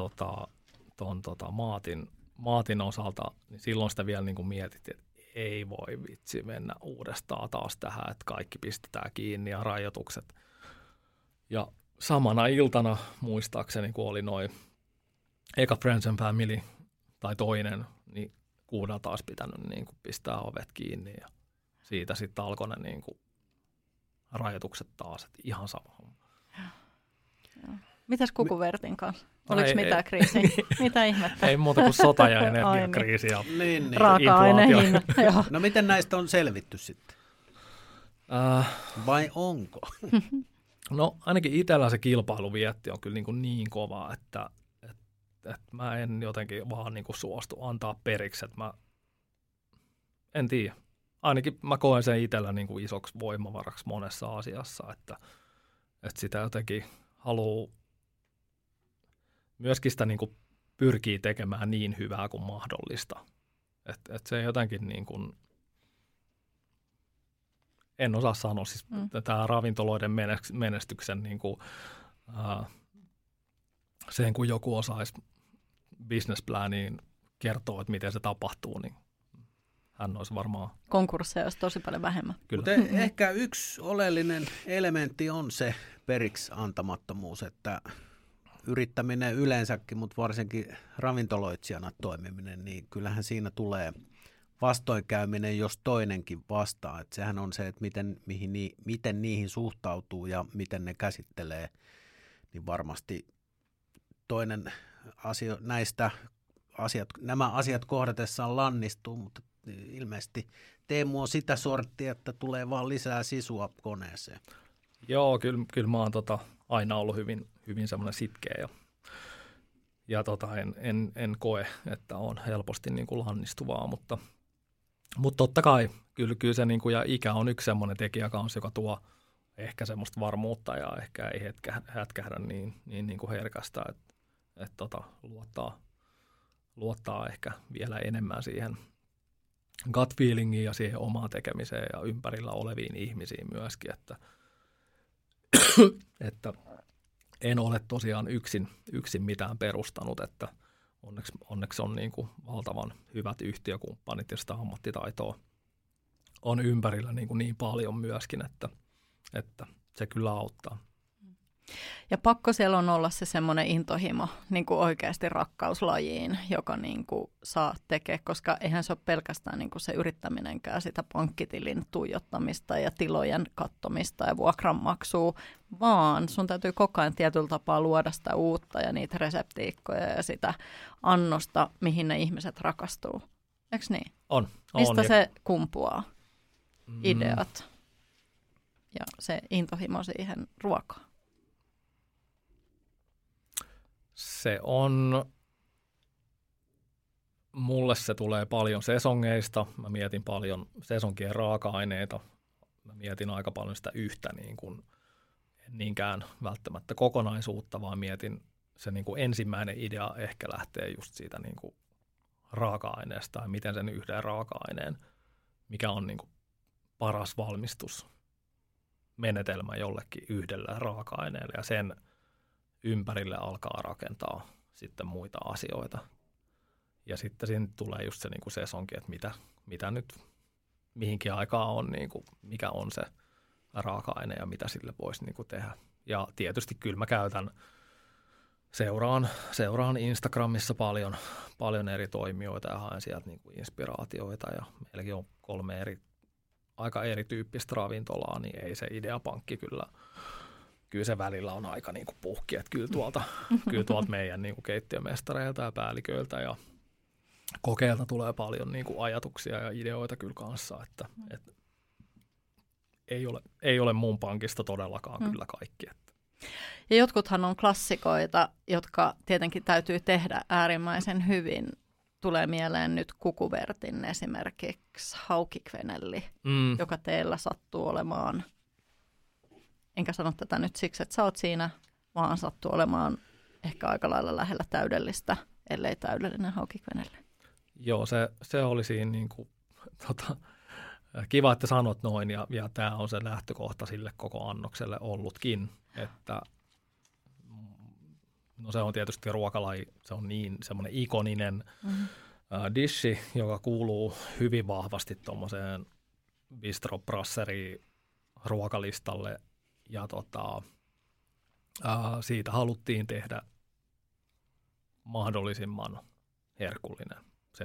Maatin osalta, niin silloin sitä vielä niinku mietittiin, että ei voi vitsi mennä uudestaan taas tähän, että kaikki pistetään kiinni ja rajoitukset. Ja samana iltana muistaakseni, kun oli noin eka Friends and Family tai toinen, niin 6 taas pitänyt niin kuin pistää ovet kiinni ja siitä sitten alkoi ne niin kuin rajoitukset taas, että ihan sama homma. Mitäs Kukuvertin kanssa? Oliko mitään kriisiä? Mitä ihmettä? Ei muuta kuin sota- ja energiakriisi ja raaka-ainehinnat. No miten näistä on selvitty sitten? Vai onko? No ainakin itsellä se kilpailuvietti on kyllä niin kova, että mä en jotenkin vaan niin kuin suostu antaa periksi, että mä en tiedä. Ainakin mä koen sen itsellä niin kuin isoksi voimavaraksi monessa asiassa, että sitä jotenkin haluaa myöskin sitä niin kuin pyrkii tekemään niin hyvää kuin mahdollista. Että se jotenkin niin kuin, en osaa sanoa, siis tämä ravintoloiden menestyksen niin kuin, sen kun joku osaisi businessplaniin kertoa, että miten se tapahtuu, niin hän olisi varmaan... Konkursseja olisi tosi paljon vähemmän. Kyllä. Ehkä yksi oleellinen elementti on se periksi antamattomuus, että yrittäminen yleensäkin, mutta varsinkin ravintoloitsijana toimiminen, niin kyllähän siinä tulee vastoinkäyminen, jos toinenkin vastaa. Että sehän on se, että miten niihin suhtautuu ja miten ne käsittelee, niin varmasti toinen nämä asiat kohdatessaan lannistuu, mutta ilmeisesti Teemu on sitä sorttia, että tulee vaan lisää sisua koneeseen. Joo, kyllä mä oon aina ollut hyvin semmoinen sitkeä ja en koe, että on helposti niin kuin lannistuvaa, mutta totta kai kyllä se niin kuin, ja ikä on yksi semmoinen tekijä kanssa, joka tuo ehkä semmoista varmuutta ja ehkä ei hätkähdä niin kuin herkästä, että luottaa ehkä vielä enemmän siihen gut feelingiin ja siihen omaan tekemiseen ja ympärillä oleviin ihmisiin myöskin, että en ole tosiaan yksin mitään perustanut, että onneksi on niin kuin valtavan hyvät yhtiökumppanit ja sitä ammattitaitoa on ympärillä niin paljon myöskin, että se kyllä auttaa. Ja pakko siellä on olla se semmoinen intohimo niin kuin oikeasti rakkauslajiin, joka niin kuin saa tekee, koska eihän se ole pelkästään niin kuin se yrittäminenkään sitä pankkitilin tuijottamista ja tilojen kattomista ja vuokranmaksua, vaan sun täytyy koko ajan tietyllä tapaa luoda sitä uutta ja niitä reseptiikkoja ja sitä annosta, mihin ne ihmiset rakastuu. Eikö niin? On. Mistä se kumpuaa? Ideat ja se intohimo siihen ruokaan. Se on, mulle se tulee paljon sesongeista, mä mietin paljon sesonkien raaka-aineita, mä mietin aika paljon sitä yhtä niin kuin, en niinkään välttämättä kokonaisuutta, vaan mietin se niin kuin ensimmäinen idea ehkä lähtee just siitä niin kuin raaka-aineesta ja miten sen yhden raaka-aineen, mikä on niin kuin paras valmistusmenetelmä jollekin yhdelle raaka-aineelle ja sen ympärille alkaa rakentaa sitten muita asioita. Ja sitten siinä tulee just se niin kuin sesonki, että mitä nyt mihinkin aikaan on, niin kuin, mikä on se raaka-aine ja mitä sille voisi niin kuin tehdä. Ja tietysti kyllä mä seuraan Instagramissa paljon eri toimijoita ja haen sieltä niin kuin inspiraatioita. Ja meilläkin on 3 aika erityyppistä ravintolaa, niin ei se ideapankki kyllä se välillä on aika niin kuin puhki, että kyllä tuolta meidän niin kuin keittiömestareilta ja päälliköiltä ja kokeilta tulee paljon niin kuin ajatuksia ja ideoita kyllä kanssa, että ei ole mun pankista todellakaan kyllä kaikki. Että. Ja jotkuthan on klassikoita, jotka tietenkin täytyy tehdä äärimmäisen hyvin. Tulee mieleen nyt Kukuvertin esimerkiksi haukikvenelli, joka teillä sattuu olemaan. Enkä sano tätä nyt siksi, että sä oot siinä, vaan sattuu olemaan ehkä aika lailla lähellä täydellistä, ellei täydellinen haukikvenelle. Joo, se oli siinä niin kuin, kiva, että sanot noin, ja tämä on se lähtökohta sille koko annokselle ollutkin, että no se on tietysti ruokalaji, se on niin semmoinen ikoninen dishi, joka kuuluu hyvin vahvasti tuommoiseen bistro-brasseriin ruokalistalle, ja siitä haluttiin tehdä mahdollisimman herkullinen.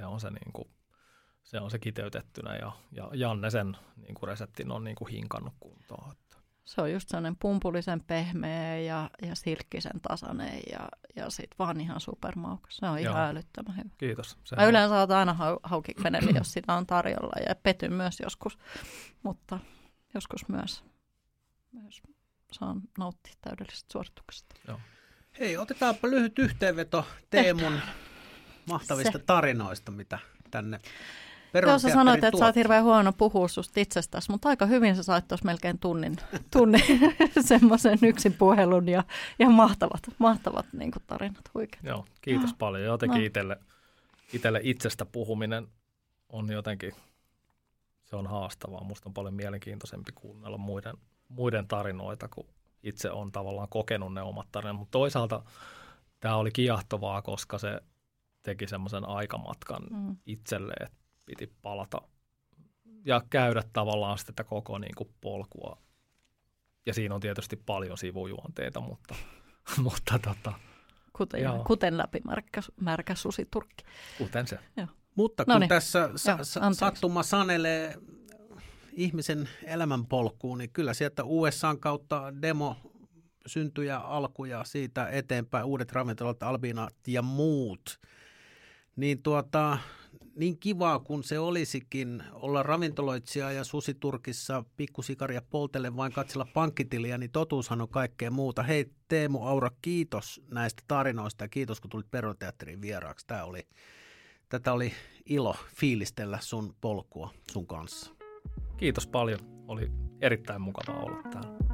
Se on se kiteytettynä, ja Janne sen niin kuin reseptin on niin kuin hinkannut kuntoon. Se on just sellainen pumpullisen pehmeä ja silkkisen tasainen ja sitten vaan ihan supermaukas. Se on ihan älyttömän hyvä. Kiitos. Mä yleensä otan aina haukikveneli, jos sitä on tarjolla, ja petyn myös joskus, mutta joskus myös saan nauttia täydellisestä suorituksesta. Joo. Hei, otetaanpa lyhyt yhteenveto Teemun mahtavista tarinoista, mitä tänne Joo, sä sanoit, että sä oot hirveän huono puhua susta itsestäsi, mutta aika hyvin sä sait tuossa melkein tunnin semmoisen yksin puhelun ja mahtavat niin kuin tarinat, huikeat. Joo, kiitos paljon. Jotenkin itselle itsestä puhuminen on jotenkin, se on haastavaa. Musta on paljon mielenkiintoisempi kuunnella muiden tarinoita, kun itse on tavallaan kokenut ne omat tarinat. Mutta toisaalta tämä oli kiehtovaa, koska se teki semmoisen aikamatkan itselle, että piti palata ja käydä tavallaan sitä koko niin kuin polkua. Ja siinä on tietysti paljon sivujuonteita, mutta kuten läpimärkä susiturkki. Kuten se. Joo. Mutta kun tässä sattuma sanelee ihmisen elämänpolkuun, niin kyllä sieltä USA:n kautta demo syntyjä alkuja siitä eteenpäin, uudet ravintolat, Albina ja muut. Niin kivaa kun se olisikin olla ravintoloitsija ja susiturkissa pikkusikaria poltelle vain katsella pankkitiliä, niin totuushan on kaikkea muuta. Hei Teemu Aura, kiitos näistä tarinoista ja kiitos kun tulit Perunteatteriin vieraaksi. Tätä oli ilo fiilistellä sun polkua sun kanssa. Kiitos paljon. Oli erittäin mukavaa olla täällä.